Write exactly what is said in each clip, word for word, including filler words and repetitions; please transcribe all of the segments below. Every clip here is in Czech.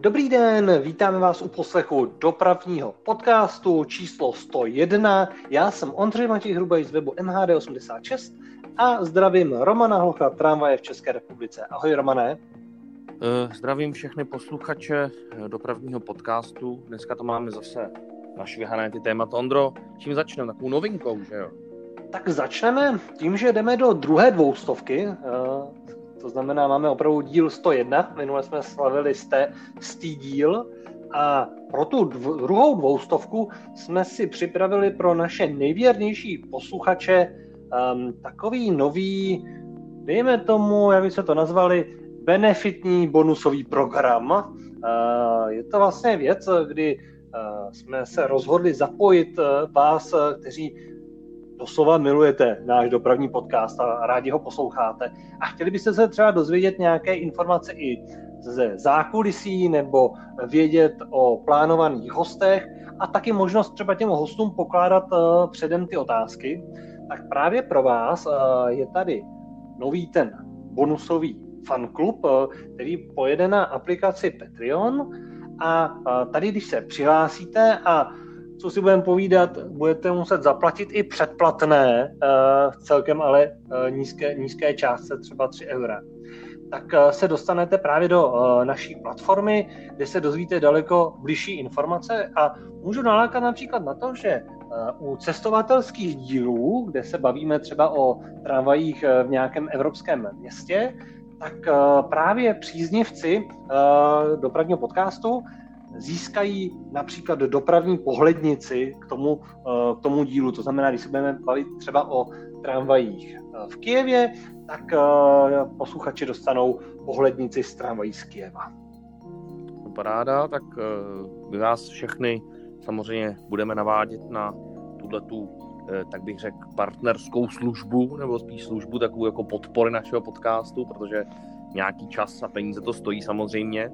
Dobrý den, vítáme vás u poslechu dopravního podcastu číslo sto jedna. Já jsem Ondřej Matěj Hrubej z webu M H D osmdesát šest a zdravím Romana Hlocha, tramvaje v České republice. Ahoj Romane. Zdravím všechny posluchače dopravního podcastu. Dneska to máme zase našvihané ty témata. Ondro, čím začneme? Takovou novinkou, že jo? Tak začneme tím, že jdeme do druhé dvoustovky. To znamená, máme opravdu díl sto jedna. Minule jsme slavili stý díl. A pro tu dv- druhou dvoustovku jsme si připravili pro naše nejvěrnější posluchače um, takový nový, dejme tomu, jak by se to nazvali, benefitní bonusový program. Uh, je to vlastně věc, kdy uh, jsme se rozhodli zapojit uh, vás, kteří doslova milujete náš dopravní podcast a rádi ho posloucháte a chtěli byste se třeba dozvědět nějaké informace i ze zákulisí nebo vědět o plánovaných hostech a taky možnost třeba těm hostům pokládat uh, předem ty otázky, tak právě pro vás uh, je tady nový ten bonusový fanklub, uh, který pojede na aplikaci Patreon a uh, tady, když se přihlásíte a co si budeme povídat, budete muset zaplatit i předplatné, celkem ale nízké, nízké částce, třeba tři eura. Tak se dostanete právě do naší platformy, kde se dozvíte daleko bližší informace a můžu nalákat například na to, že u cestovatelských dílů, kde se bavíme třeba o tramvajích v nějakém evropském městě, tak právě příznivci dopravního podcastu získají například dopravní pohlednici k tomu, k tomu dílu. To znamená, když se budeme bavit třeba o tramvajích v Kyjevě, tak posluchači dostanou pohlednici z tramvají z Kyjeva. Paráda, tak my vás všechny samozřejmě budeme navádět na tuhletu, tak bych řekl, partnerskou službu, nebo spíš službu takovou jako podpory našeho podcastu, protože nějaký čas a peníze to stojí samozřejmě.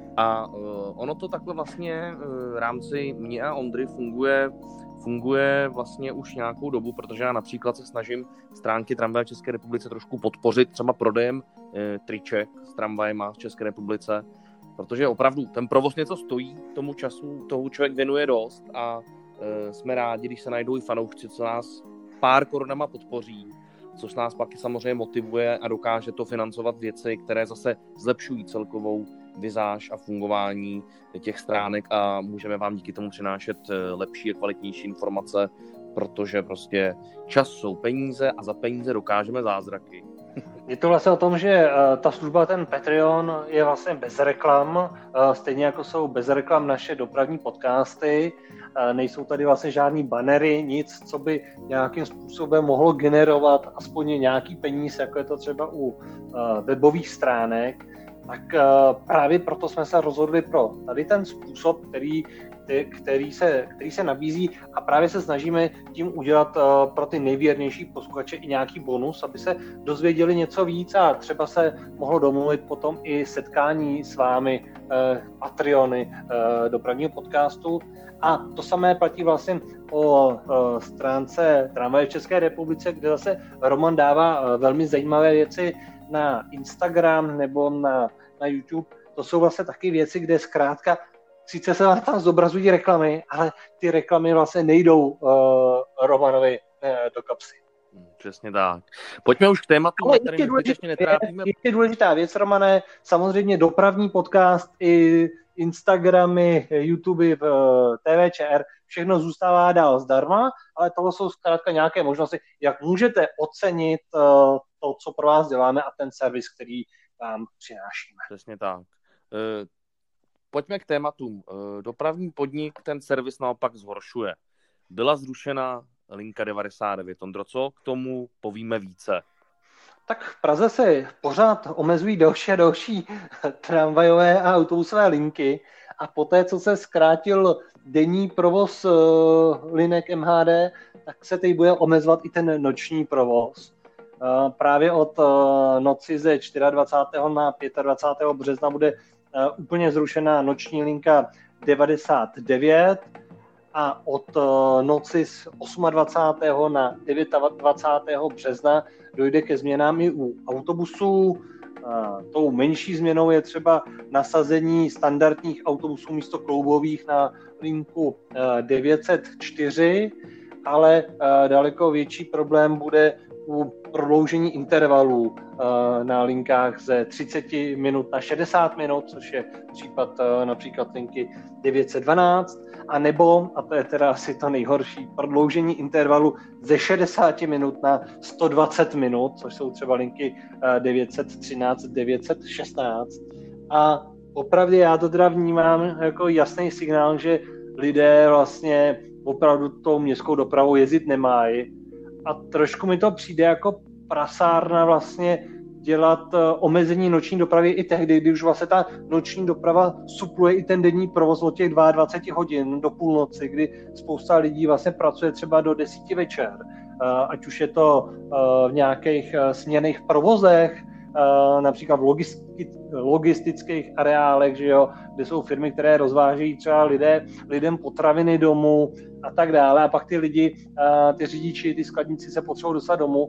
A uh, ono to takhle vlastně uh, v rámci mě a Ondry funguje, funguje vlastně už nějakou dobu, protože já například se snažím stránky tramvaje v České republice trošku podpořit třeba prodejem uh, triček s tramvajema v České republice, protože opravdu ten provoz něco stojí, tomu času toho člověk věnuje dost a uh, jsme rádi, když se najdou i fanoušci, co nás pár korunama podpoří, což nás pak samozřejmě motivuje a dokáže to financovat věci, které zase zlepšují celkovou vizáž a fungování těch stránek a můžeme vám díky tomu přinášet lepší a kvalitnější informace, protože prostě čas jsou peníze a za peníze dokážeme zázraky. Je to vlastně o tom, že ta služba, ten Patreon, je vlastně bez reklam, stejně jako jsou bez reklam naše dopravní podcasty, nejsou tady vlastně žádný bannery, nic, co by nějakým způsobem mohlo generovat aspoň nějaký peníz, jako je to třeba u webových stránek. Tak právě proto jsme se rozhodli pro tady ten způsob, který, který, se, který se nabízí a právě se snažíme tím udělat pro ty nejvěrnější posluchače i nějaký bonus, aby se dozvěděli něco víc a třeba se mohlo domluvit potom i setkání s vámi, Patreony dopravního podcastu. A to samé platí vlastně o stránce Tramvaje v České republice, kde zase Roman dává velmi zajímavé věci na Instagram nebo na, na YouTube. To jsou vlastně taky věci, kde zkrátka sice se tam zobrazují reklamy, ale ty reklamy vlastně nejdou uh, Romanovi uh, do kapsy. Přesně tak. Pojďme už k tématu, ale který ještě netrápíme. Je důležitá věc, Romane, samozřejmě dopravní podcast i Instagramy, YouTube, T V Č R, všechno zůstává dál zdarma, ale tohle jsou zkrátka nějaké možnosti, jak můžete ocenit uh, to, co pro vás děláme a ten servis, který vám přinášíme. Přesně tak. E, pojďme k tématům. E, dopravní podnik ten servis naopak zhoršuje. Byla zrušena linka devadesát devět. Ondro, co k tomu povíme více? Tak v Praze se pořád omezují další a další tramvajové a autobusové linky a poté, co se zkrátil denní provoz linek M H D, tak se teď bude omezovat i ten noční provoz. Právě od noci ze dvacátého čtvrtého na dvacátého pátého března bude úplně zrušená noční linka devadesát devět a od noci z dvacátého osmého na dvacátého devátého března dojde ke změnám i u autobusů. Tou menší změnou je třeba nasazení standardních autobusů místo kloubových na linku devět set čtyři, ale daleko větší problém bude u prodloužení intervalů na linkách ze třicet minut na šedesát minut, což je případ například linky devět set dvanáct, a nebo, a to je teda asi to nejhorší, prodloužení intervalu ze šedesát minut na sto dvacet minut, což jsou třeba linky devět set třináct, devět set šestnáct. A opravdu já to teda vnímám jako jasný signál, že lidé vlastně opravdu tou městskou dopravou jezdit nemají. A trošku mi to přijde jako prasárna vlastně dělat omezení noční dopravy i tehdy, kdy už vlastně ta noční doprava supluje i ten denní provoz od těch dvacet dva hodin do půlnoci, kdy spousta lidí vlastně pracuje třeba do desíti večer. Ať už je to v nějakých směnných provozech, například v logistických areálech, že jo, kde jsou firmy, které rozvážejí třeba lidé, lidem potraviny domů a tak dále. A pak ty lidi, ty řidiči, ty skladníci se potřebují dostat domů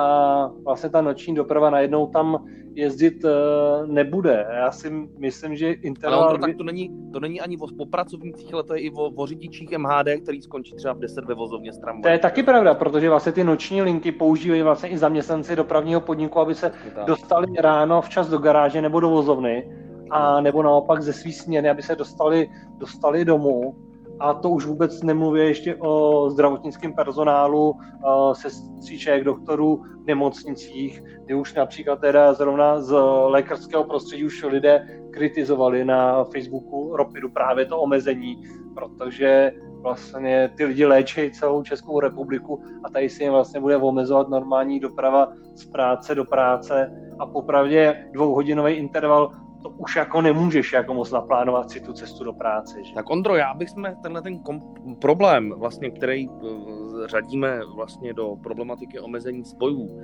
a vlastně ta noční doprava najednou tam jezdit nebude. Já si myslím, že interval... Ale on to, tak to není, to není ani o pracovnících, ale to je i o, o řidičích M H D, který skončí třeba v deset ve vozovně s tramvají. To je taky pravda, protože vlastně ty noční linky používají vlastně i zaměstnanci dopravního podniku, aby se dostali ráno včas do garáže nebo do vozovny, a nebo naopak ze svý směny, aby se dostali, dostali domů. A to už vůbec nemluví ještě o zdravotnickém personálu, sestřiček, doktorů v nemocnicích, kdy už například teda zrovna z lékařského prostředí už lidé kritizovali na Facebooku Ropidu právě to omezení, protože vlastně ty lidi léčí celou Českou republiku a tady si jim vlastně bude omezovat normální doprava z práce do práce a popravdě dvouhodinový interval to už jako nemůžeš jako moc naplánovat si tu cestu do práce. Že? Tak Ondro, já bych jsme tenhle ten kom- problém, vlastně, který uh, řadíme vlastně do problematiky omezení spojů, uh,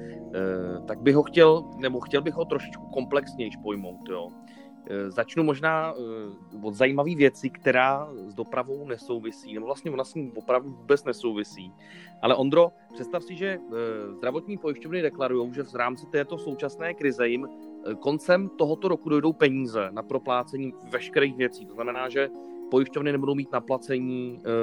tak bych ho chtěl, nebo chtěl bych ho trošičku komplexněji pojmout. Jo. Uh, začnu možná uh, od zajímavé věci, která s dopravou nesouvisí, nebo vlastně ona s ním opravdu vůbec nesouvisí. Ale Ondro, představ si, že uh, zdravotní pojišťovny deklarují, že v rámci této současné krize jim koncem tohoto roku dojdou peníze na proplácení veškerých věcí. To znamená, že pojišťovny nebudou mít na placení e,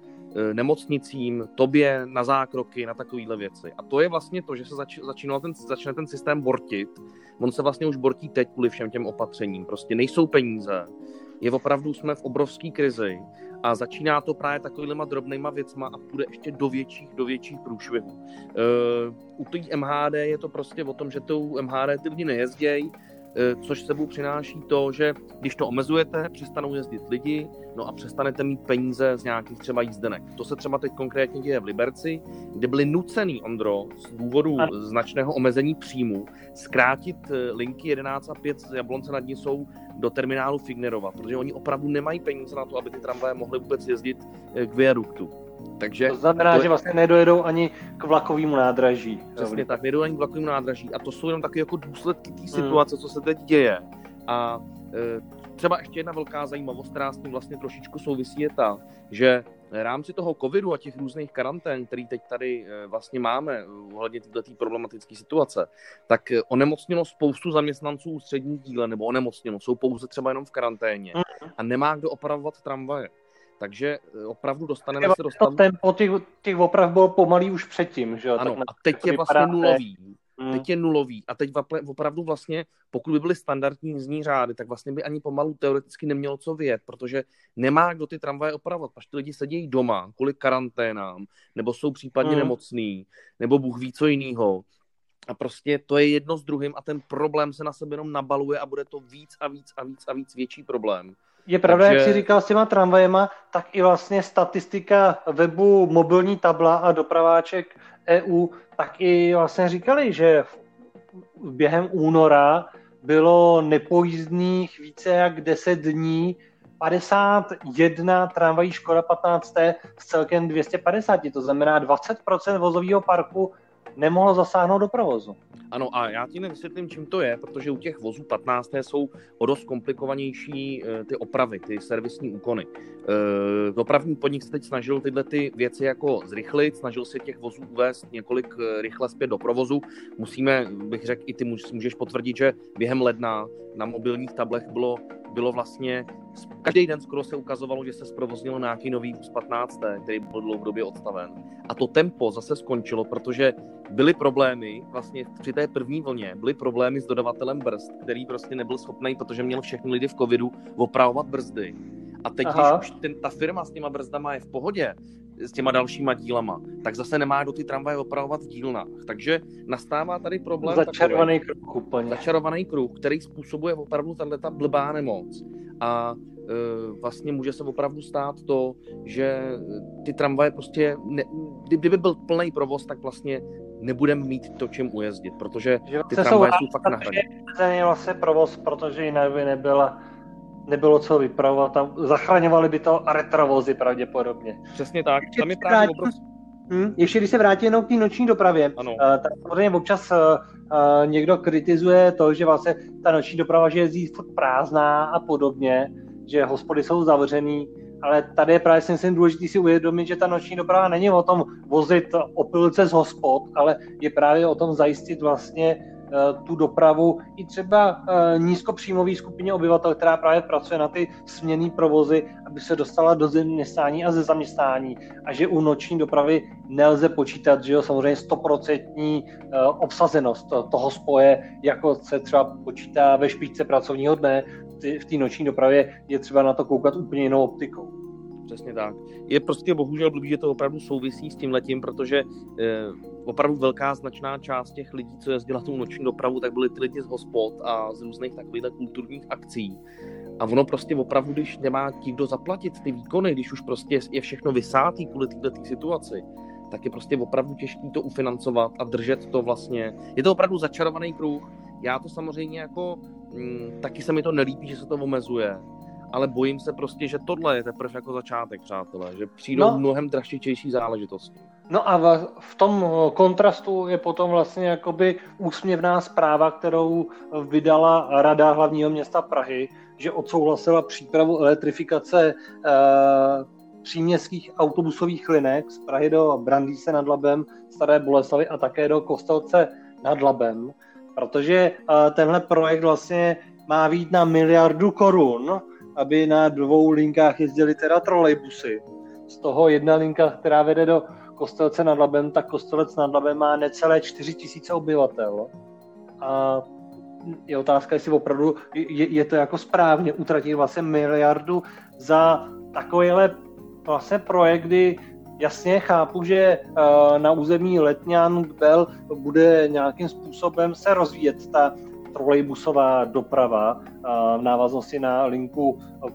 e, nemocnicím, tobě na zákroky, na takovéhle věci. A to je vlastně to, že se zač, začínal ten, začne ten systém bortit. On se vlastně už bortí teď kvůli všem těm opatřením. Prostě nejsou peníze. Je opravdu, jsme v obrovské krizi a začíná to právě takovýhlema drobnýma věcma a půjde ještě do větších, do větších průšvihů. Uh, u té M H D je to prostě o tom, že tou M H D ty lidi nejezdějí, uh, což sebou přináší to, že když to omezujete, přestanou jezdit lidi, no a přestanete mít peníze z nějakých třeba jízdenek. To se třeba teď konkrétně děje v Liberci, kde byli nucený, Ondro, z důvodu značného omezení příjmu, zkrátit linky jedenáct a pět z Jablonce nad Nisou do terminálu Fignerova, protože oni opravdu nemají peníze na to, aby ty tramvaje mohly vůbec jezdit k viaduktu. Takže to znamená, to... že vlastně nedojedou ani k vlakovému nádraží. Přesně tak, nedojedou ani k vlakovému nádraží. A to jsou jenom taky jako důsledky té situace, hmm. co se teď děje. A e, třeba ještě jedna velká zajímavost, která s tím vlastně trošičku souvisí, je ta, že v rámci toho covidu a těch různých karantén, který teď tady vlastně máme ohledně této problematické situace, tak onemocnilo spoustu zaměstnanců ústředních díle, nebo onemocnilo, jsou pouze třeba jenom v karanténě a nemá kdo opravovat tramvaje. Takže opravdu dostaneme se do stavu... Tempo těch, těch oprav bylo pomalý už předtím, že jo? Ano, a teď je vlastně nulový. Hmm. Teď je nulový a teď opravdu vlastně, pokud by byly standardní jízdní řády, tak vlastně by ani pomalu teoreticky nemělo co vyjet, protože nemá kdo ty tramvaje opravovat, protože ty lidi sedějí doma kvůli karanténám, nebo jsou případně hmm. nemocný, nebo Bůh ví co jinýho. A prostě to je jedno s druhým a ten problém se na sebe jenom nabaluje a bude to víc a víc a víc a víc větší problém. Je pravda, takže... jak jsi říkal s těma tramvajema, tak i vlastně statistika webu Mobilní tabla a dopraváček E U, tak i vlastně říkali, že během února bylo nepojízdných více jak deset dní, padesát jedna tramvají Škoda patnáct z celkem dvě stě padesát, to znamená dvacet procent vozového parku nemohlo zasáhnout do provozu. Ano, a já ti nevysvětlím, čím to je, protože u těch vozů patnáct jsou o dost komplikovanější e, ty opravy, ty servisní úkony. E, dopravní podnik se teď snažil tyhle ty věci jako zrychlit, snažil se těch vozů uvést několik rychle zpět do provozu. Musíme, bych řekl, i ty můžeš potvrdit, že během ledna na mobilních tablech bylo, bylo vlastně, každý den skoro se ukazovalo, že se zprovoznil nějaký nový vůz patnáct, který byl dlouhodobě odstaven. A to tempo zase skončilo, protože byly problémy, vlastně při té první vlně, byly problémy s dodavatelem brzd, který prostě nebyl schopný, protože měl všechny lidi v covidu, opravovat brzdy. A teď, Aha. když už ten, ta firma s těma brzdama je v pohodě, s těma dalšíma dílama, tak zase nemá do ty tramvaje opravovat v dílnách. Takže nastává tady problém Začarovaný takový, kruh úplně. Začarovaný kruh, který způsobuje opravdu tato blbá nemoc. A e, vlastně může se opravdu stát to, že ty tramvaje prostě, ne, kdyby byl plný provoz, tak vlastně nebudeme mít to, čím ujezdit, protože ty tramvaje jsou fakt na hraně. Je vlastně provoz, protože jinak by nebyla nebylo co vypravovat, tam zachraňovali by to retrovozy pravděpodobně. Přesně tak, ještě tam je právě obrovský. Hmm, ještě když se vrátí jenom k té noční dopravě, uh, tak samozřejmě občas uh, uh, někdo kritizuje to, že vlastně ta noční doprava, že jezdí furt prázdná a podobně, že hospody jsou zavřený, ale tady je právě si myslím důležité si uvědomit, že ta noční doprava není o tom vozit opilce z hospod, ale je právě o tom zajistit vlastně tu dopravu i třeba nízkopříjmové skupině obyvatel, která právě pracuje na ty směnný provozy, aby se dostala do zaměstnání a ze zaměstnání. A že u noční dopravy nelze počítat, že jo, samozřejmě stoprocentní obsazenost toho spoje, jako se třeba počítá ve špičce pracovního dne, v té noční dopravě je třeba na to koukat úplně jinou optikou. Přesně tak. Je prostě bohužel blbý, že to opravdu souvisí s tímhletím, protože eh, opravdu velká značná část těch lidí, co jezdila tu noční dopravu, tak byli ty lidi z hospod a z různých takových kulturních akcí. A ono prostě opravdu, když nemá ti kdo zaplatit ty výkony, když už prostě je všechno vysátý kvůli této situaci, tak je prostě opravdu těžké to ufinancovat a držet to vlastně. Je to opravdu začarovaný kruh. Já to samozřejmě jako, hm, taky se mi to nelíbí, že se to omezuje. Ale bojím se prostě, že tohle je teprve jako začátek, přátelé, že přijdou no, mnohem drastičtější záležitosti. No a v, v tom kontrastu je potom vlastně jakoby úsměvná zpráva, kterou vydala Rada hlavního města Prahy, že odsouhlasila přípravu elektrifikace eh, příměstských autobusových linek z Prahy do Brandýse nad Labem, Staré Boleslavi a také do Kostelce nad Labem, protože eh, tenhle projekt vlastně má být na miliardu korun, aby na dvou linkách jezdily teda trolejbusy. Z toho jedna linka, která vede do Kostelce nad Labem, tak Kostelec nad Labem má necelé čtyři tisíce obyvatel. A je otázka, jestli opravdu je, je to jako správně utratit vlastně miliardu za takovýhle vlastně projekt, kdy jasně chápu, že na území Letňan Bel bude nějakým způsobem se rozvíjet ta trolejbusová doprava v návaznosti na linku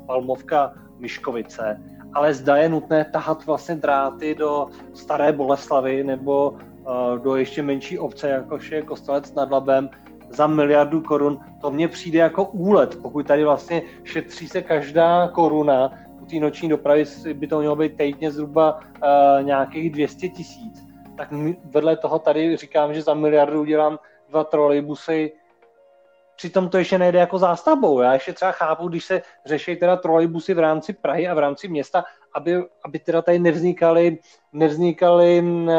Palmovka-Miškovice. Ale zda je nutné tahat vlastně dráty do Staré Boleslavy nebo do ještě menší obce, jakož je Kostelec nad Labem, za miliardu korun, to mně přijde jako úlet. Pokud tady vlastně šetří se každá koruna, u té noční dopravy by to mělo být týdně zhruba nějakých dvě stě tisíc. Tak vedle toho tady říkám, že za miliardu udělám dva trolejbusy. Přitom to ještě nejde jako zástavbou. Já ještě třeba chápu, když se řeší teda trolejbusy v rámci Prahy a v rámci města, aby, aby teda tady nevznikaly, nevznikaly uh, uh,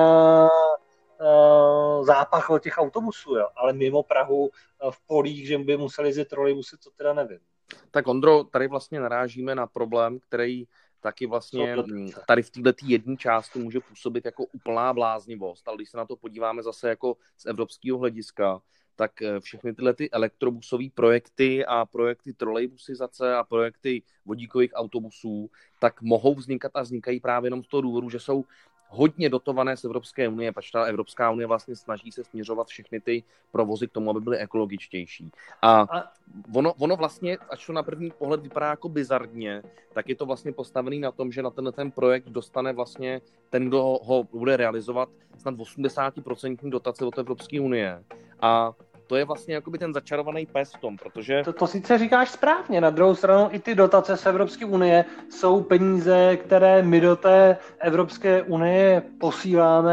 zápach od těch autobusů, jo. Ale mimo Prahu uh, v polích, že by museli jezdit trolejbusy, to teda nevím. Tak Ondro, tady vlastně narážíme na problém, který taky vlastně tady v této jedné části může působit jako úplná bláznivost, ale když se na to podíváme zase jako z evropského hlediska, tak všechny tyhle ty elektrobusové projekty a projekty trolejbusizace a projekty vodíkových autobusů, tak mohou vznikat a vznikají právě jenom z toho důvodu, že jsou hodně dotované z Evropské unie, protože ta Evropská unie vlastně snaží se směřovat všechny ty provozy k tomu, aby byly ekologičtější. A ono, ono vlastně, až to na první pohled vypadá jako bizarně, tak je to vlastně postavený na tom, že na tenhle ten projekt dostane vlastně ten, kdo ho bude realizovat, snad osmdesát procent dotace od Evropské unie. A to je vlastně jakoby ten začarovaný pes v tom, protože... To, to sice říkáš správně, na druhou stranu i ty dotace z Evropské unie jsou peníze, které my do té Evropské unie posíláme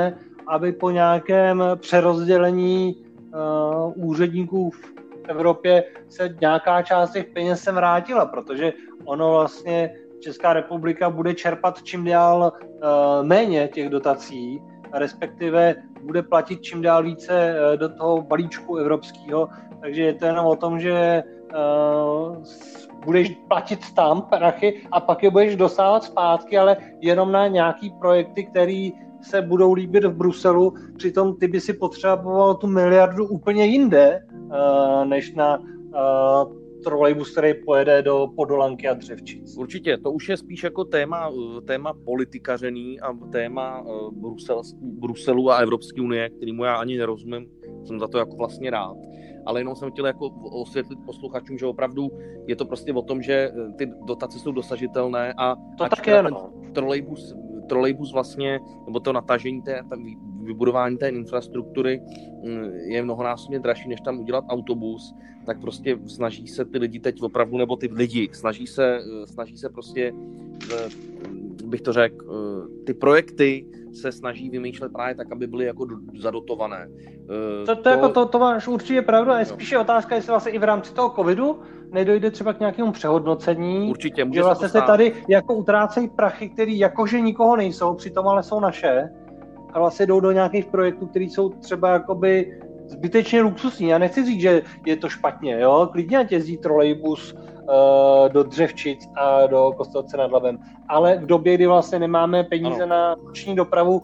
aby po nějakém přerozdělení uh, úředníků v Evropě se nějaká část těch peněz sem vrátila, protože ono vlastně Česká republika bude čerpat čím dál uh, méně těch dotací, respektive bude platit čím dál více uh, do toho balíčku evropského, takže je to jenom o tom, že uh, budeš platit tam prachy a pak je budeš dostávat zpátky, ale jenom na nějaký projekty, které se budou líbit v Bruselu, přitom ty by si potřeboval tu miliardu úplně jinde, uh, než na uh, trolejbus, který pojede do Podolanky a Dřevčic. Určitě, to už je spíš jako téma, téma politikařený a téma uh, Brusel, Bruselu a Evropské unie, kterýmu já ani nerozumím, jsem za to jako vlastně rád. Ale jenom jsem chtěl jako osvětlit posluchačům, že opravdu je to prostě o tom, že ty dotace jsou dosažitelné a to tak je, no. trolejbus, trolejbus vlastně, nebo to natažení té, vybudování té infrastruktury je mnohonásobně dražší, než tam udělat autobus, tak prostě snaží se ty lidi teď opravdu, nebo ty lidi, snaží se, snaží se prostě, bych to řekl, ty projekty se snaží vymýšlet právě tak, aby byly jako zadotované. To, to, to, jako to, to máš určitě pravdu a je spíše otázka, jestli vlastně i v rámci toho covidu nedojde třeba k nějakému přehodnocení. Určitě, může že vlastně se, se tady jako utrácejí prachy, které jakože nikoho nejsou, přitom ale jsou naše a vlastně jdou do nějakých projektů, které jsou třeba jakoby zbytečně luxusní. Já nechci říct, že je to špatně, jo? Klidně ať jezdí trolejbus uh, do Dřevčic a do Kostelce nad Labem, ale v době, kdy vlastně nemáme peníze ano. na noční dopravu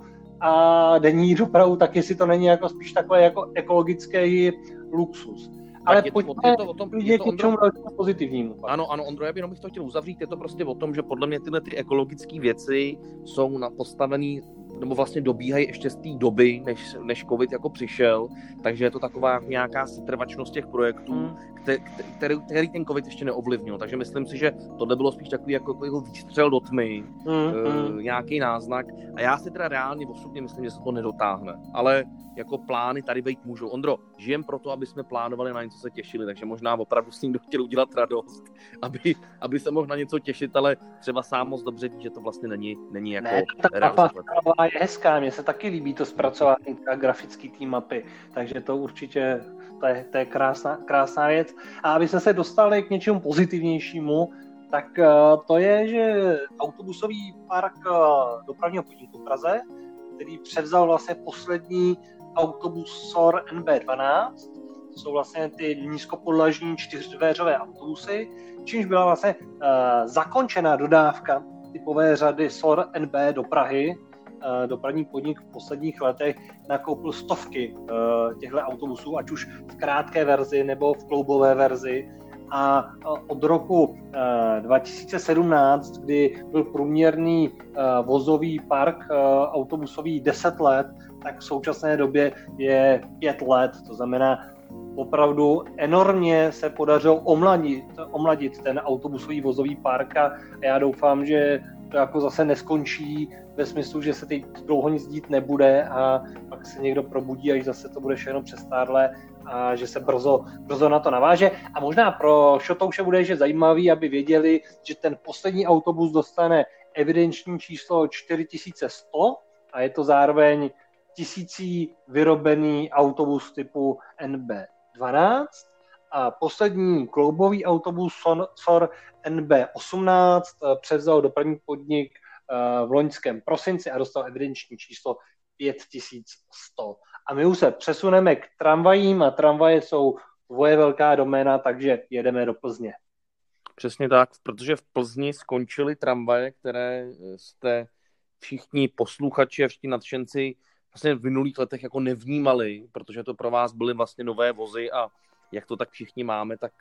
a denní dopravu, tak jestli to není jako spíš takové jako ekologický luxus. Ale je pojďme to, je to o tom, je to k něčemu pozitivnímu. Ano, ano, Ondro, já bych jenom bych to chtěl uzavřít, je to prostě o tom, že podle mě tyhle ty ekologické věci jsou na postavený, nebo vlastně dobíhají ještě z té doby, než, než covid jako přišel, takže je to taková nějaká setrvačnost těch projektů, hmm. který, který, který ten covid ještě neovlivnil, takže myslím si, že tohle bylo spíš takový jako, jako výstřel do tmy, hmm. uh, nějaký náznak a já si teda reálně osobně myslím, že se to nedotáhne, ale jako plány tady být můžou. Ondro, žijem proto, aby jsme plánovali na něco se těšili, takže možná opravdu s ním kdo chtěl udělat radost, aby, aby se mohl na něco těšit, ale třeba sám moc dobře ví, že to vlastně není, není jako... Ne, ta mapa je hezká, mně se taky líbí to zpracování a grafický té mapy, takže to určitě, to je, to je krásná, krásná věc. A aby jsme se dostali k něčemu pozitivnějšímu, tak uh, to je, že autobusový park uh, dopravního podniku v Praze, který převzal vlastně poslední autobus S O R N B dvanáct, to jsou vlastně ty nízkopodlažní čtyřdveřové autobusy, čímž byla vlastně uh, zakončena dodávka typové řady S O R N B do Prahy. Uh, dopravní podnik v posledních letech nakoupil stovky uh, těchto autobusů, ať už v krátké verzi nebo v kloubové verzi. A od roku dva tisíce sedmnáct, kdy byl průměrný vozový park autobusový deset let, tak v současné době je pět let. To znamená, opravdu enormně se podařilo omladit, omladit ten autobusový vozový park a já doufám, že to jako zase neskončí ve smyslu, že se teď dlouho nic dít nebude a pak se někdo probudí, až zase to bude všechno přestárlé a že se brzo, brzo na to naváže. A možná pro šotouše bude ještě zajímavý, aby věděli, že ten poslední autobus dostane evidenční číslo čtyři tisíce sto a je to zároveň tisící vyrobený autobus typu N B dvanáct a poslední kloubový autobus S O R N B osmnáct převzal dopravní podnik v loňském prosinci a dostal evidenční číslo pět tisíc sto. A my už se přesuneme k tramvajím a tramvaje jsou tvoje velká doména, takže jedeme do Plzně. Přesně tak, protože v Plzni skončily tramvaje, které jste všichni posluchači a všichni nadšenci vlastně v minulých letech jako nevnímali, protože to pro vás byly vlastně nové vozy a jak to tak všichni máme, tak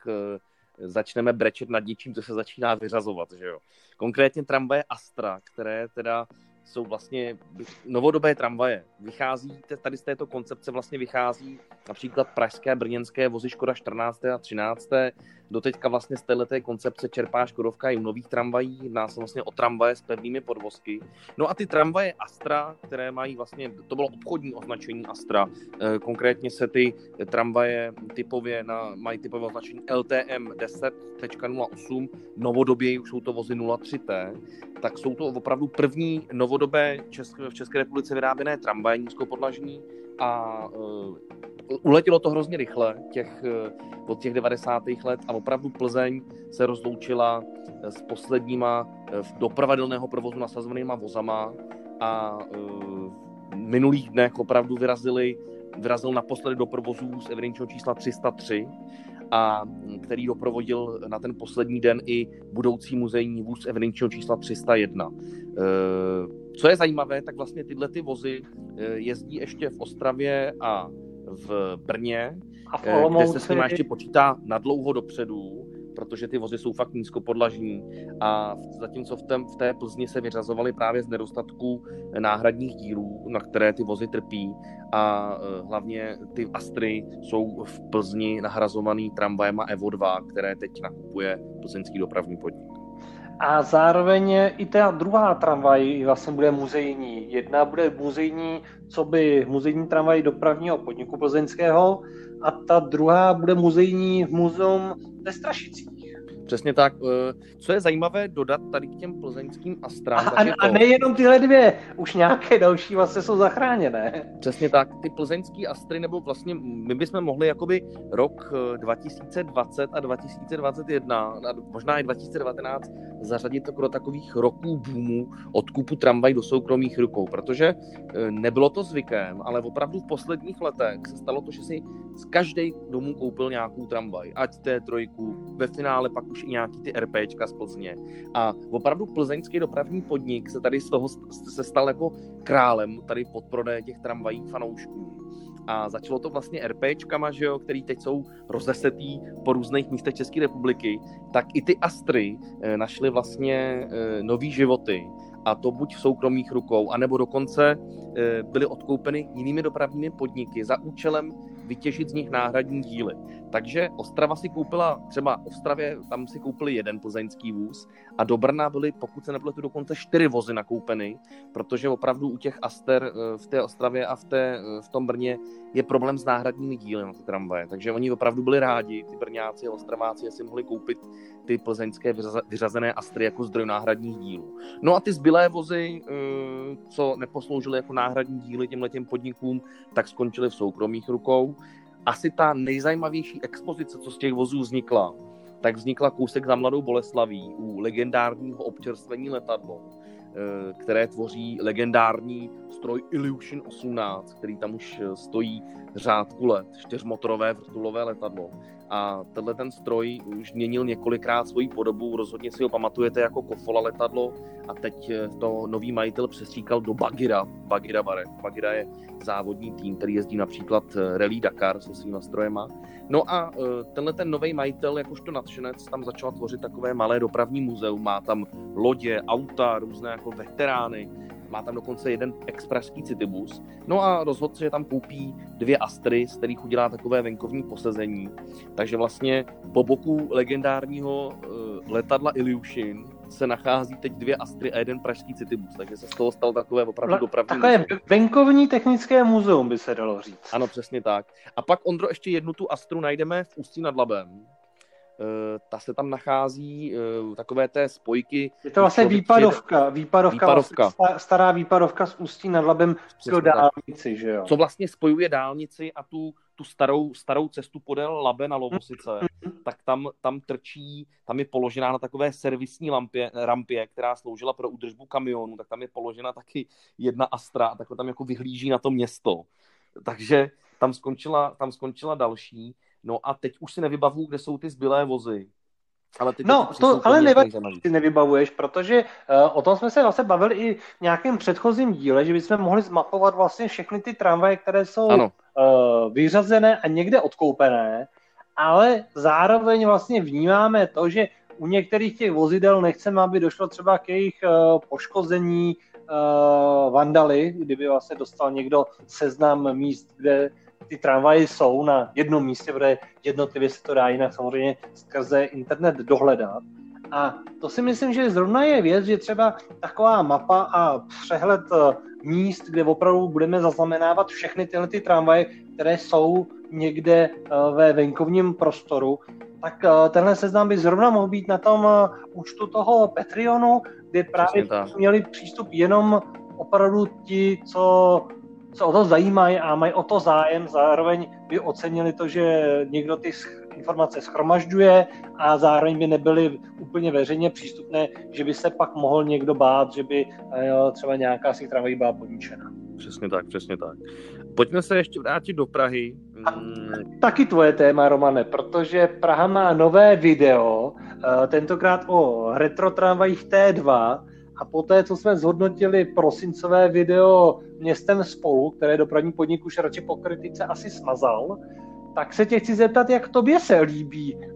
začneme brečet nad něčím, co se začíná vyřazovat, že jo. Konkrétně tramvaje Astra, které teda jsou vlastně novodobé tramvaje. Vychází, tady z této koncepce vlastně vychází například pražské a brněnské vozy Škoda čtrnáct a třináct. Doteďka vlastně z této koncepce čerpá Škodovka i u nových tramvají. Jedná se vlastně o tramvaje s pevnými podvozky. No a ty tramvaje Astra, které mají vlastně, to bylo obchodní označení Astra, konkrétně se ty tramvaje typově na, mají typové označení L T M deset nula osm, novodobě už jsou to vozy nula tři T, tak jsou to opravdu první novodobé dlouhodobé česk- v České republice vyráběné tramvaje nízkopodlažní a uh, uletělo to hrozně rychle těch, uh, od těch devadesátých let a opravdu Plzeň se rozloučila s posledníma uh, dopravidelného provozu nasazovanýma vozama a uh, v minulých dnech opravdu vyrazili, vyrazil naposledy do provozu z evidenčního čísla tři sta tři, a který doprovodil na ten poslední den i budoucí muzejní vůz evidenčního čísla tři sta jedna. Co je zajímavé, tak vlastně tyhle ty vozy jezdí ještě v Ostravě a v Brně, a v kde se s nimi ještě počítá na dlouho dopředu, protože ty vozy jsou fakt nízkopodlažní a zatímco v, tém, v té Plzni se vyřazovaly právě z nedostatku náhradních dílů, na které ty vozy trpí a hlavně ty Astry jsou v Plzni nahrazovaný tramvajema Evo dva, které teď nakupuje plzeňský dopravní podnik. A zároveň i ta druhá tramvaj vlastně bude muzejní. Jedna bude muzejní, co by muzejní tramvaj dopravního podniku plzeňského a ta druhá bude muzejní v muzeum ve Strašicích. Přesně tak. Co je zajímavé dodat tady k těm plzeňským Astrám. A, a, to... a nejenom tyhle dvě, už nějaké další vlastně jsou zachráněné. Přesně tak. Ty plzeňský Astry, nebo vlastně my bychom mohli jakoby rok dva tisíce dvacet a dva tisíce dvacet jedna a možná i dva tisíce devatenáct zařadit do takových roků boomu odkupu tramvaj do soukromých rukou, protože nebylo to zvykem, ale opravdu v posledních letech se stalo to, že si z každý domů koupil nějakou tramvaj, ať té trojku, ve finále pak už i nějaký ty RPčka z Plzně. A opravdu plzeňský dopravní podnik se tady z toho se stal jako králem tady podprodeje těch tramvají fanoušků. A začalo to vlastně RPčkama, že jo, který teď jsou rozesetý po různých místech České republiky, tak i ty Astry e, našly vlastně e, nový životy. A to buď v soukromých rukou, anebo dokonce e, byly odkoupeny jinými dopravními podniky za účelem vytěžit z nich náhradní díly. Takže Ostrava si koupila, třeba v Ostravě, tam si koupili jeden plzeňský vůz a do Brna byly, pokud se nepletu, dokonce čtyři vozy nakoupeny, protože opravdu u těch Aster v té Ostravě a v, té, v tom Brně je problém s náhradními díly na ty tramvaje. Takže oni opravdu byli rádi, ty Brňáci a Ostraváci, si mohli koupit ty plzeňské vyřazené Astry jako zdroj náhradních dílů. No a ty zbylé vozy, co neposloužily jako náhradní díly těmhletěm podnikům, tak skončily v soukromých rukou. Asi ta nejzajímavější expozice, co z těch vozů vznikla, tak vznikla kousek za Mladou Boleslaví u legendárního občerstvení letadlo, které tvoří legendární stroj Ilyushin osmnáct, který tam už stojí řádku let, čtyřmotorové vrtulové letadlo. A tenhle ten stroj už měnil několikrát svoji podobu, rozhodně si ho pamatujete jako Kofola letadlo a teď to nový majitel přestříkal do Bagira, Bagira Barev. Bagira je závodní tým, který jezdí například Rally Dakar se svýma strojema. No a tenhle ten nový majitel, jakožto nadšenec, tam začal tvořit takové malé dopravní muzeum, má tam lodě, auta, různé jako veterány, má tam dokonce jeden expresský citybus. No a rozhodl se, že tam koupí dvě Astry, z kterých udělá takové venkovní posezení. Takže vlastně po boku legendárního uh, letadla Ilyushin se nachází teď dvě Astry a jeden pražský citybus, takže se z toho stalo takové opravdu dopravní takové muzeum. Venkovní technické muzeum by se dalo říct. Ano, přesně tak. A pak, Ondro, ještě jednu tu Astru najdeme v Ústí nad Labem. Uh, ta se tam nachází, uh, takové té spojky. Je to vlastně výpadovka, výpadovka, výpadovka. Vlastně stará výpadovka z Ústí nad Labem do dálnici, že jo? Co vlastně spojuje dálnici a tu, tu starou, starou cestu podél Labe na Lovosice, tak tam, tam trčí, tam je položená na takové servisní lampě, rampě, která sloužila pro údržbu kamionů, tak tam je položena taky jedna Astra a takhle tam jako vyhlíží na to město. Takže tam skončila, tam skončila další. No a teď už si nevybavuju, kde jsou ty zbylé vozy. Ale ty no, to ale nevadí, ty nevybavuješ, protože uh, o tom jsme se vlastně bavili i v nějakém předchozím díle, že bychom mohli zmapovat vlastně všechny ty tramvaje, které jsou uh, vyřazené a někde odkoupené, ale zároveň vlastně vnímáme to, že u některých těch vozidel nechceme, aby došlo třeba k jejich uh, poškození uh, vandaly, kdyby vlastně dostal někdo seznam míst, kde ty tramvaje jsou na jednom místě, protože jednotlivě se to dá jinak samozřejmě skrze internet dohledat. A to si myslím, že zrovna je věc, že třeba taková mapa a přehled míst, kde opravdu budeme zaznamenávat všechny tyhle ty tramvaje, které jsou někde ve venkovním prostoru, tak tenhle seznam by zrovna mohl být na tom účtu toho Patreonu, kde právě měli přístup jenom opravdu ti, co se o to zajímají a mají o to zájem, zároveň by ocenili to, že někdo ty informace shromažďuje a zároveň by nebyly úplně veřejně přístupné, že by se pak mohl někdo bát, že by jo, třeba nějaká si tramvají byla poničena. Přesně tak, přesně tak. Pojďme se ještě vrátit do Prahy. A taky tvoje téma, Romane, protože Praha má nové video, tentokrát o retro tramvajích T dva, a poté, co jsme zhodnotili prosincové video Městem spolu, které dopravní podnik už radši po kritice asi smazal, tak se tě chci zeptat, jak tobě se líbí uh,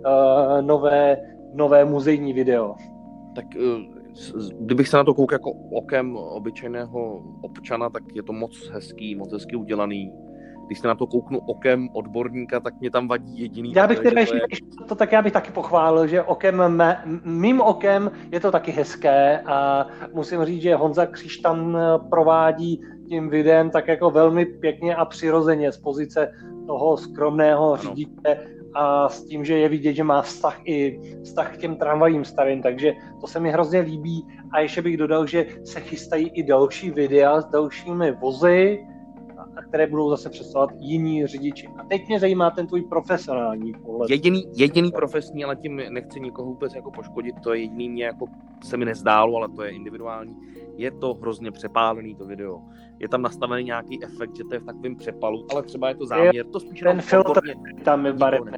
nové, nové muzejní video. Tak uh, kdybych se na to koukal jako okem obyčejného občana, tak je to moc hezký, moc hezky udělaný. Když se na to kouknu okem odborníka, tak mě tam vadí jediný. Já bych teda ještě, je... to tak já bych taky pochválil, že okem mé, mým okem je to taky hezké a musím říct, že Honza Kříž tam provádí tím videem tak jako velmi pěkně a přirozeně z pozice toho skromného ano. řidiče a s tím, že je vidět, že má vztah i vztah k těm tramvajím starým, takže to se mi hrozně líbí a ještě bych dodal, že se chystají i další videa s dalšími vozy, které budou zase představovat jiní řidiči. A teď mě zajímá ten tvůj profesionální pohled. Jediný, jediný profesní, ale tím nechci nikoho vůbec jako poškodit, to je jediný mě jako se mi nezdálo, ale to je individuální. Je to hrozně přepálený to video. Je tam nastavený nějaký efekt, že to je v takovém přepalu, ale třeba je to záměr. To spíš ten filtr tam je barevný.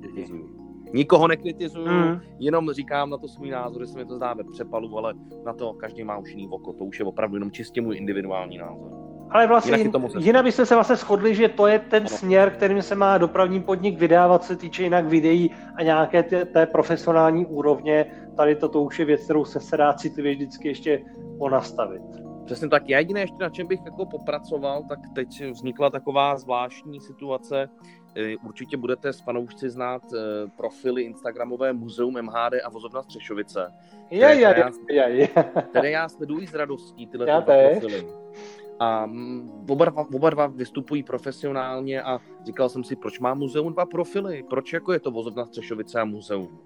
Nikoho nekritizuju, mm. jenom říkám na to svůj názor, že se mi to zdá ve přepalu, ale na to každý má už jiný oko. To už je opravdu jenom čistě můj individuální názor. Ale vlastně jinak, jinak byste se vlastně shodli, že to je ten ano. směr, kterým se má dopravní podnik vydávat, se týče jinak videí a nějaké té, té profesionální úrovně. Tady toto už je věc, kterou se, se dá citlivě vždycky ještě ponastavit. Přesně tak. Já jediné ještě na čem bych jako popracoval, tak teď vznikla taková zvláštní situace. Určitě budete s fanoušci znát profily instagramové Muzeum M H D a Vozovna Střešovice. Je, je, je, je, je. Které já sleduji s radostí, tyhle já profily. A oba dva, oba dva vystupují profesionálně a říkal jsem si, proč má muzeum dva profily, proč jako je to Vozovna Střešovice a muzeum.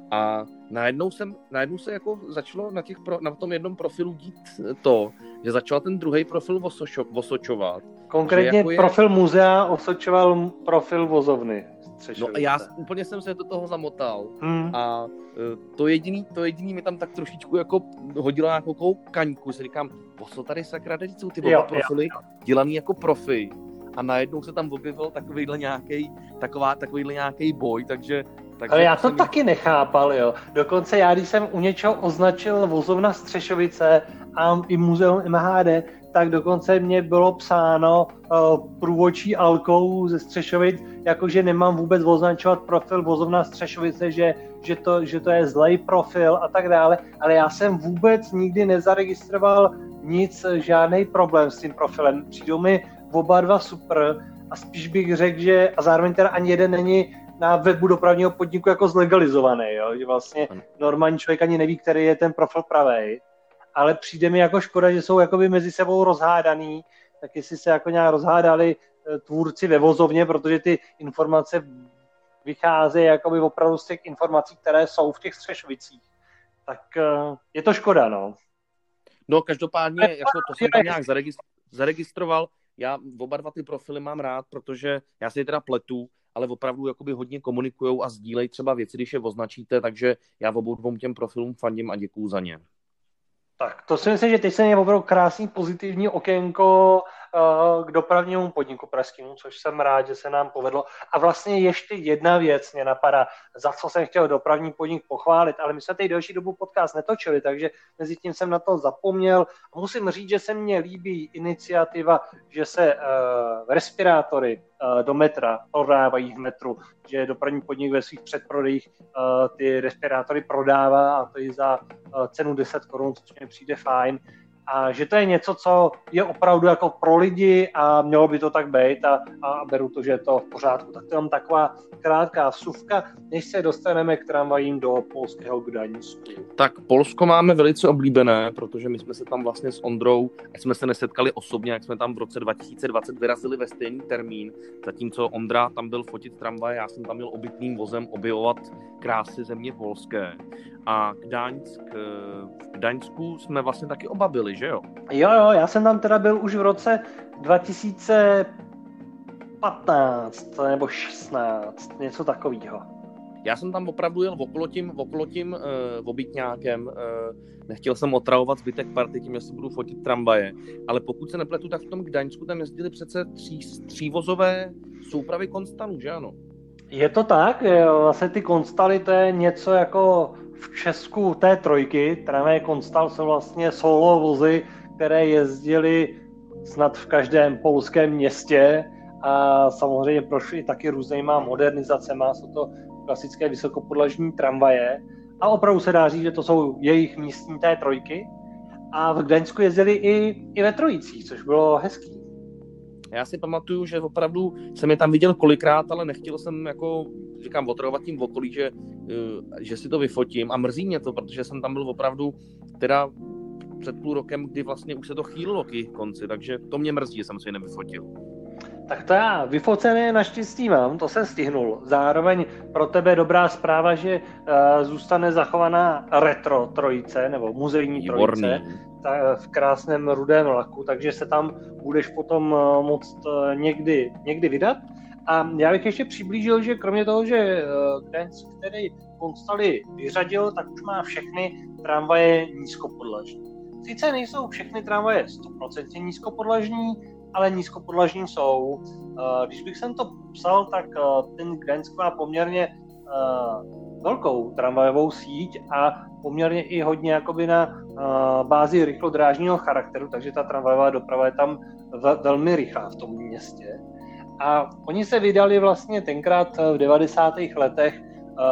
A najednou, jsem, najednou se jako začalo na, těch pro, na tom jednom profilu dít to, že začal ten druhý profil osočo, osočovat. Konkrétně jako je... profil muzea osočoval profil vozovny Střešovice. No a já úplně jsem se do toho zamotal hmm. a to jediný, to jediný mi tam tak trošičku jako hodilo nějakou kaňku, si říkám, po co tady sakra teď jsou ty oba profily jo, jo. dělaný jako profi a najednou se tam objevil takovýhle nějaký, taková, takovýhle nějaký boj, takže Takže ale já to mě... taky nechápal, jo. Dokonce já, když jsem u něčeho označil Vozovna Střešovice a i muzeum M H D, tak dokonce mě bylo psáno uh, průvodčí Alkou ze Střešovic, jakože nemám vůbec označovat profil Vozovna Střešovice, že, že, to, že to je zlej profil a tak dále, ale já jsem vůbec nikdy nezaregistroval nic, žádný problém s tím profilem. Přijdou mi oba dva super a spíš bych řekl, že a zároveň teda ani jeden není na webu dopravního podniku jako zlegalizovaný, jo? Že vlastně normální člověk ani neví, který je ten profil pravej, ale přijde mi jako škoda, že jsou jakoby mezi sebou rozhádaný, tak jestli se jako nějak rozhádali tvůrci ve vozovně, protože ty informace vycházejí jakoby opravdu z těch informací, které jsou v těch Střešovicích. Tak je to škoda, no. No každopádně, jako to jsem tam nějak zaregistroval, já oba dva ty profily mám rád, protože já si je teda pletu, ale opravdu jakoby hodně komunikujou a sdílejí třeba věci, když je označíte, takže já obou dvou těm profilům fandím a děkuju za ně. Tak, to si myslím, že teď se je opravdu krásný pozitivní okénko uh, k dopravnímu podniku pražskému, což jsem rád, že se nám povedlo. A vlastně ještě jedna věc mě napadá, za co jsem chtěl dopravní podnik pochválit, ale my jsme teď delší dobu podcast netočili, takže mezi tím jsem na to zapomněl. Musím říct, že se mně líbí iniciativa, že se uh, respirátory uh, do metra prodávají v metru, že dopravní podnik ve svých předprodejích uh, ty respirátory prodává a to i za uh, cenu deset korun, což mě přijde fajn. A že to je něco, co je opravdu jako pro lidi a mělo by to tak být a, a beru to, že je to v pořádku. Tak to je taková krátká vsuvka, než se dostaneme k tramvajím do polského Gdaňsku. Tak Polsko máme velice oblíbené, protože my jsme se tam vlastně s Ondrou, ať jsme se nesetkali osobně, jak jsme tam v roce dva tisíce dvacet vyrazili ve stejný termín, zatímco Ondra tam byl fotit tramvaje, já jsem tam měl obytným vozem objevovat krásy země polské. A Gdaňsk, v Gdaňsku jsme vlastně taky oba byli, že jo? Jo, jo, já jsem tam teda byl už v roce dva tisíce patnáct nebo šestnáct, něco takového. Já jsem tam opravdu jel okolo tím, okolo tím uh, obytňákem, uh, nechtěl jsem otravovat zbytek party tím, že si budu fotit tramvaje, ale pokud se nepletu, tak v tom Gdaňsku tam jezdili přece tří, třívozové soupravy Konstalů, že ano? Je to tak, vlastně ty Konstaly, to je něco jako v Česku té trojky, tramvaje Konstal jsou vlastně solo vozy, které jezdily snad v každém polském městě a samozřejmě prošly taky různýma modernizacema, jsou to klasické vysokopodlažní tramvaje a opravdu se dá říct, že to jsou jejich místní té trojky a v Gdaňsku jezdili i, i ve trojicích, což bylo hezký. Já si pamatuju, že opravdu jsem je tam viděl kolikrát, ale nechtěl jsem jako, říkám, otravovat tím v okolí, že, že si to vyfotím a mrzí mě to, protože jsem tam byl opravdu teda před půl rokem, kdy vlastně už se to chýlilo k jejich konci, takže to mě mrzí, že jsem si je nevyfotil. Tak to já vyfocené naštěstí mám, to jsem stihnul. Zároveň pro tebe dobrá zpráva, že uh, zůstane zachovaná retro trojice, nebo muzejní Výborný. trojice ta, v krásném rudém laku, takže se tam budeš potom uh, moct uh, někdy, někdy vydat. A já bych ještě přiblížil, že kromě toho, že uh, Gdaňsk, který Konstaly vyřadil, tak už má všechny tramvaje nízkopodlažní. Sice nejsou všechny tramvaje sto procent nízkopodlažní, ale nízkopodlažní jsou. Když bych sem to popsal, tak ten Gdaňsk má poměrně velkou tramvajovou síť a poměrně i hodně jakoby na bázi rychlodrážního charakteru, takže ta tramvajová doprava je tam velmi rychlá v tom městě. A oni se vydali vlastně tenkrát v devadesátých letech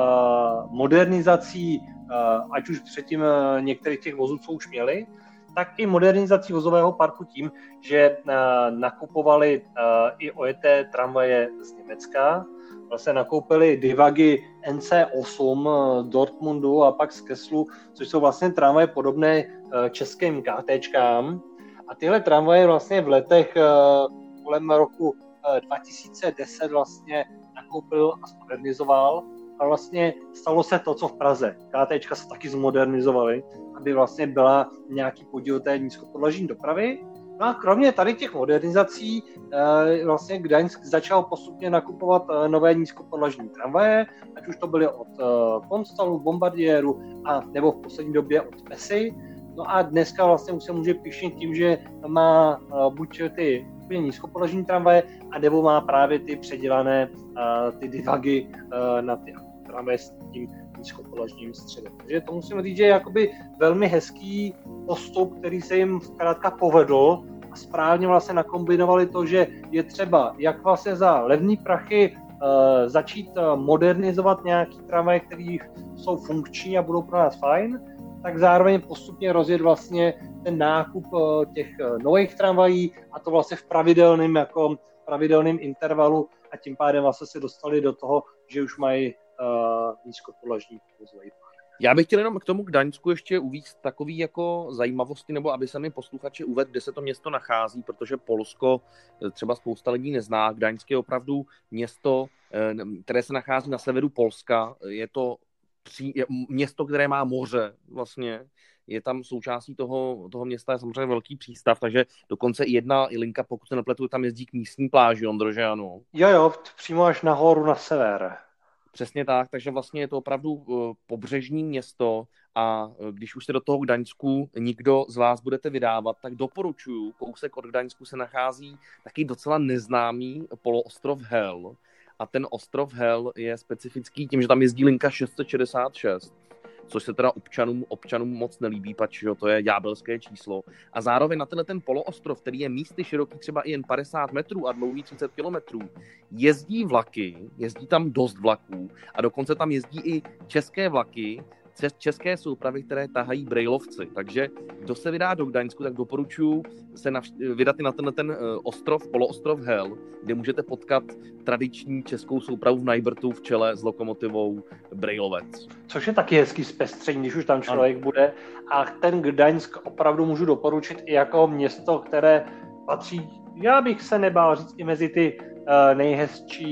modernizací, ať už předtím některých těch vozů, co už měli, tak i modernizací vozového parku tím, že uh, nakupovali uh, i ojeté tramvaje z Německa. Vlastně nakoupili Divagy N C osm z Dortmundu a pak z Kesslu, což jsou vlastně tramvaje podobné uh, českým KTčkám. A tyhle tramvaje vlastně v letech uh, kolem roku uh, dva tisíce deset vlastně nakoupil a zmodernizoval. A vlastně stalo se to, co v Praze. KTčka se taky zmodernizovaly, aby vlastně byla nějaký podíl té nízkopodlažní dopravy. No a kromě tady těch modernizací vlastně Gdaňsk začal postupně nakupovat nové nízkopodlažní tramvaje, ať už to byly od Konstalu, Bombardieru a nebo v poslední době od Pesy. No a dneska vlastně už se může píšnit tím, že má buď ty úplně nízkopodlažní tramvaje, a nebo má právě ty předělané ty Divagy na ty tramvaje s tím nízkopodlažním středem. Takže to musím říct, že je jakoby velmi hezký postup, který se jim zkrátka povedl a správně vlastně nakombinovali to, že je třeba jak vlastně za levný prachy uh, začít modernizovat nějaký tramvaje, které jsou funkční a budou pro nás fajn, tak zároveň postupně rozjet vlastně ten nákup uh, těch uh, nových tramvají a to vlastně v pravidelném jako pravidelném intervalu a tím pádem vlastně se dostali do toho, že už mají Uh, nízkopodlažní vozový park. Já bych chtěl jenom k tomu Gdaňsku ještě uvést takový jako zajímavosti, nebo aby se mi posluchači uvedl, kde se to město nachází, protože Polsko třeba spousta lidí nezná. Gdaňsk je opravdu město, které se nachází na severu Polska. Je to pří, je město, které má moře vlastně. Je tam součástí toho, toho města je samozřejmě velký přístav, takže dokonce i jedna i linka, pokud se nepletu, tam jezdí k místní pláži, Ondro, že ano? Jo, jo, přímo až nahoru na sever. Přesně tak, takže vlastně je to opravdu uh, pobřežní město a uh, když už se do toho Gdaňsku nikdo z vás budete vydávat, tak doporučuju, kousek od Gdaňsku se nachází taky docela neznámý poloostrov Hel a ten ostrov Hel je specifický tím, že tam jezdí linka šest set šedesát šest, což se teda občanům, občanům moc nelíbí, pač jo, to je ďábelské číslo. A zároveň na tenhle ten poloostrov, který je místy široký třeba i jen padesát metrů a dlouhý třicet kilometrů, jezdí vlaky, jezdí tam dost vlaků a dokonce tam jezdí i české vlaky, české soupravy, které tahají brejlovci. Takže kdo se vydá do Gdaňsku, tak doporučuji se navš- vydat i na tenhle ten ostrov, poloostrov Hel, kde můžete potkat tradiční českou soupravu v Najbrtu v čele s lokomotivou Brejlovec. Což je taky hezký zpestření, když už tam člověk ano. bude. A ten Gdaňsk opravdu můžu doporučit i jako město, které patří, já bych se nebál říct, i mezi ty uh, nejhezčí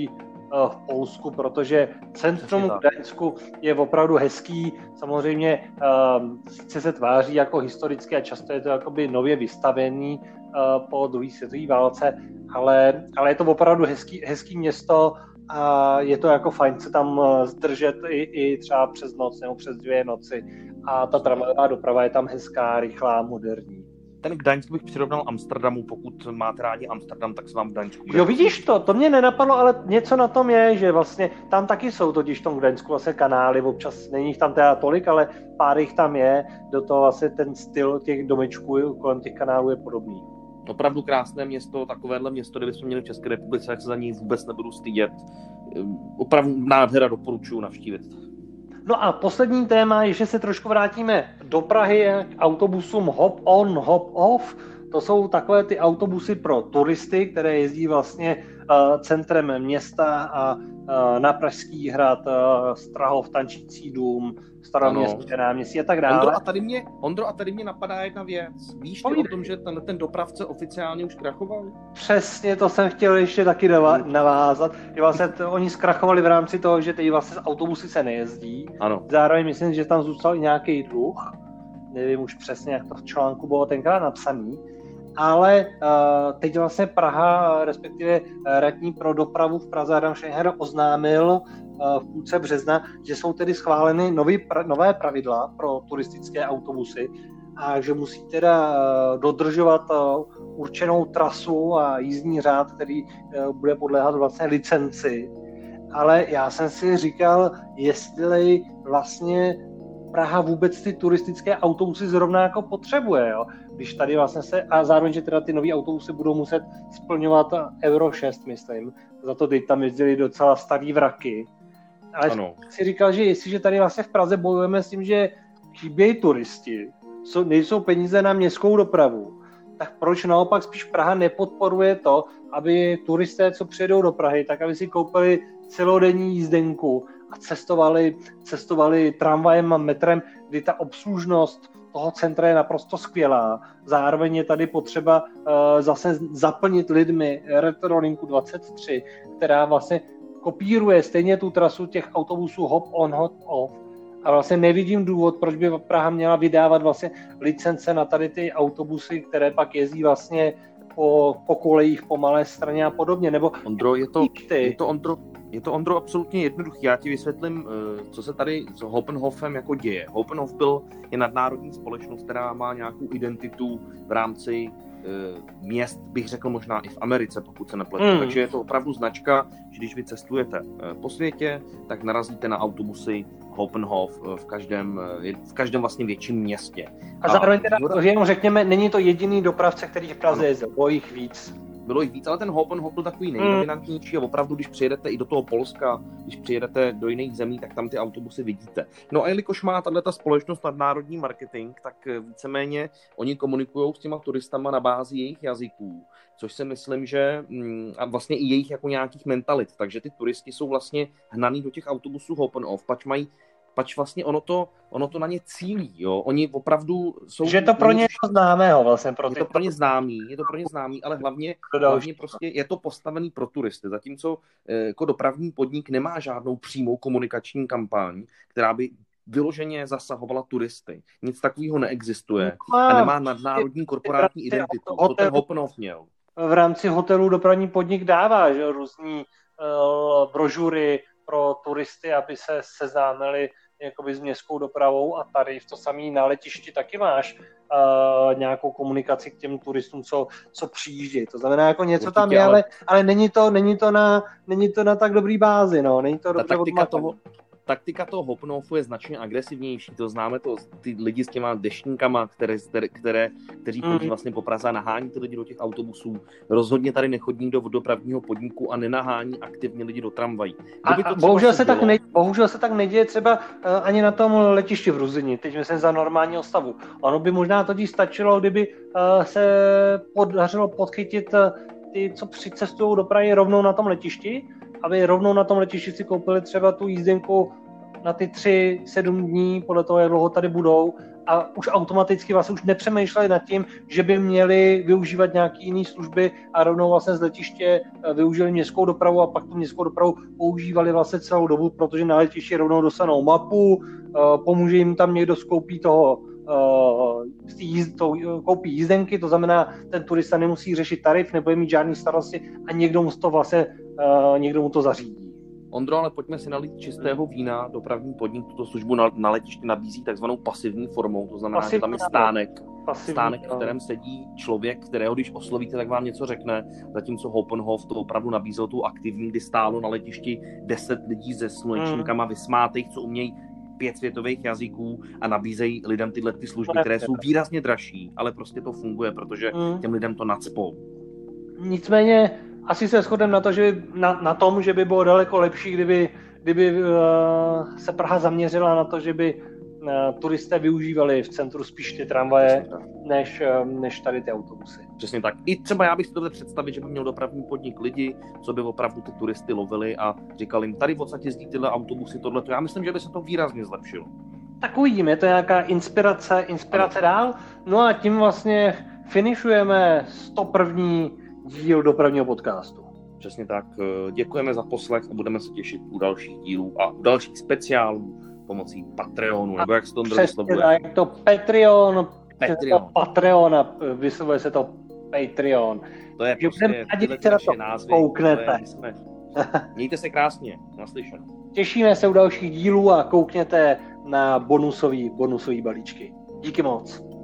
v Polsku, protože centrum v Gdaňsku je opravdu hezký. Samozřejmě sice se tváří jako historicky a často je to jakoby nově vystavený po druhé světové válce, ale, ale je to opravdu hezký, hezký město a je to jako fajn se tam zdržet i, i třeba přes noc nebo přes dvě noci. A ta tramvajová doprava je tam hezká, rychlá, moderní. Ten Gdaňsk bych přirovnal Amsterdamu, pokud máte rádi Amsterdam, tak se vám v Gdaňsku. Jo, vidíš to, to mě nenapadlo, ale něco na tom je, že vlastně tam taky jsou totiž v tom Gdaňsku vlastně kanály, občas není jich tam teda tolik, ale pár jich tam je, do toho vlastně ten styl těch domečků kolem těch kanálů je podobný. Opravdu krásné město, takovéhle město, kdybychom měli v České republice, jak se za ní vůbec nebudu stydět. Opravdu nádhera, doporučuji navštívit. No a poslední téma, ještě se trošku vrátíme do Prahy k autobusům Hop on, Hop off. To jsou takové ty autobusy pro turisty, které jezdí vlastně uh, centrem města a uh, na Pražský hrad, uh, Strahov, Tančící dům, Staroměstské náměstí a tak dále. Ondro, a tady mě, Ondro, a tady mě napadá jedna věc. Víš ty o tom, že ten, ten dopravce oficiálně už krachoval? Přesně, to jsem chtěl ještě taky navázat. Že vlastně to, oni zkrachovali v rámci toho, že teď vlastně z autobusy se nejezdí. Ano. Zároveň myslím, že tam zůstal i nějaký dluh. Nevím už přesně, jak to v článku bylo tenkrát napsaný. Ale uh, teď vlastně Praha, respektive radní pro dopravu v Praze Adam Schenher oznámil uh, v půlce března, že jsou tedy schváleny nový, pra, nové pravidla pro turistické autobusy a že musí teda uh, dodržovat uh, určenou trasu a jízdní řád, který uh, bude podléhat vlastně licenci. Ale já jsem si říkal, jestli vlastně Praha vůbec ty turistické autobusy zrovna jako potřebuje, jo? Když tady vlastně se, a zároveň, že teda ty nový autobusy budou muset splňovat Euro šest, myslím, za to teď tam jezdili docela starý vraky. Ale ano. Si říkal, že jestliže tady vlastně v Praze bojujeme s tím, že chybějí turisti, jsou, nejsou peníze na městskou dopravu, tak proč naopak spíš Praha nepodporuje to, aby turisté, co přijedou do Prahy, tak aby si koupili celodenní jízdenku a cestovali, cestovali tramvajem a metrem, kdy ta obslužnost toho centra je naprosto skvělá. Zároveň je tady potřeba uh, zase zaplnit lidmi Retrolinku dvacet tři, která vlastně kopíruje stejně tu trasu těch autobusů hop on, hop off. A vlastně nevidím důvod, proč by Praha měla vydávat vlastně licence na tady ty autobusy, které pak jezdí vlastně po, po kolejích, po Malé Straně a podobně. Nebo Ondro, je to, je to Ondro, je to Ondro absolutně jednoduchý. Já ti vysvětlím, co se tady s Hopenhofem jako děje. Hopenhof byl je nadnárodní společnost, která má nějakou identitu v rámci měst, bych řekl možná i v Americe, pokud se nepletu. Hmm. Takže je to opravdu značka, že když vy cestujete po světě, tak narazíte na autobusy Hopenhof v každém, v každém vlastně větším městě. A zároveň teda, že jenom řekněme, není to jediný dopravce, který v Praze jezdil, bylo jich víc. Bylo jich víc, ale ten Hopenhof byl takový nejdominantnější a opravdu, když přijedete i do toho Polska, když přijedete do jiných zemí, tak tam ty autobusy vidíte. No a jelikož má tato společnost nadnárodní marketing, tak víceméně oni komunikují s těma turistama na bázi jejich jazyků, což si myslím, že a vlastně i jejich jako nějakých mentalit, takže ty turisti jsou vlastně hnaný do těch autobusů Hopenhof, pač mají pač vlastně ono to, ono to na ně cílí, jo. Oni opravdu jsou... Že je to pro ně známého vlastně. Pro je to pro ně známý, je to pro ně známý, ale hlavně, hlavně prostě je to postavený pro turisty, zatímco jako dopravní podnik nemá žádnou přímou komunikační kampaň, která by vyloženě zasahovala turisty. Nic takového neexistuje a nemá nadnárodní korporátní identitu. To ten Hopenhof měl. V rámci hotelů dopravní podnik dává, že různý uh, brožury pro turisty, aby se seznámili jakoby s městskou dopravou, a tady v to samé na letišti taky máš uh, nějakou komunikaci k těm turistům, co, co přijíždějí. To znamená, jako něco určitě, tam je, ale, ale není, to, není, to na, není to na tak dobrý bázi, no. Není to dobře odmatané. Taktika toho Hopenhofu je značně agresivnější, to známe to, ty lidi s těma deštníkama, které, které, kteří chodí mm. vlastně po Praze a nahání ty lidi do těch autobusů. Rozhodně tady nechodí do dopravního podniku a nenahání aktivně lidi do tramvají. A, a bohužel, se tak ne, bohužel se tak neděje třeba uh, ani na tom letišti v Ruzyni, teď myslím za normálního stavu. Ono by možná totiž stačilo, kdyby uh, se podařilo podchytit uh, ty, co přicestují do Prahy rovnou na tom letišti, aby rovnou na tom letišti si koupili třeba tu jízdenku na ty tři, sedm dní, podle toho, jak dlouho tady budou, a už automaticky vlastně už nepřemýšleli nad tím, že by měli využívat nějaké jiné služby a rovnou vlastně z letiště využili městskou dopravu a pak tu městskou dopravu používali vlastně celou dobu, protože na letišti rovnou dostanou mapu, pomůže jim tam někdo skoupí toho z jízd, to, koupí jízdenky, to znamená, ten turista nemusí řešit tarif, nebude mít žádný starosti a někdo mu to vlastně, někdo mu to zařídí. Ondro, ale pojďme si nalít čistého vína. Dopravní podnik tuto službu na, na letišti nabízí takzvanou pasivní formou, to znamená, pasivní, že tam je stánek, pasivní, stánek, v kterém sedí člověk, kterého když oslovíte, tak vám něco řekne, zatímco Hopenhof to opravdu nabízel tu aktivní, kdy stálo na letišti deset lidí se slunečníkama hmm. vysmátých, co umějí pět světových jazyků a nabízejí lidem tyhle ty služby, které jsou výrazně dražší, ale prostě to funguje, protože hmm. těm lidem to nacpou. Nicméně asi se shodneme na, to, že by, na, na tom, že by bylo daleko lepší, kdyby, kdyby uh, se Praha zaměřila na to, že by uh, turisté využívali v centru spíš ty tramvaje, než, uh, než tady ty autobusy. Přesně tak. I třeba já bych si to představit, že by měl dopravní podnik lidi, co by opravdu ty turisty lovili a říkali jim, tady v podstatě jezdí tyhle autobusy, tohleto. Já myslím, že by se to výrazně zlepšilo. Tak uvidíme, je to nějaká inspirace, inspirace dál. No a tím vlastně finišujeme sto první díl dopravního podcastu. Přesně tak. Děkujeme za poslech a budeme se těšit u dalších dílů a u dalších speciálů pomocí Patreonu, nebo jak se to vyslovuje? Je to Patreon, Patreon. To Patreon a vyslovuje se to Patreon. To je prostě naše názvy. Kouknete. Jsme... Mějte se krásně. Naslyšenou. Těšíme se u dalších dílů a koukněte na bonusový, bonusový balíčky. Díky moc.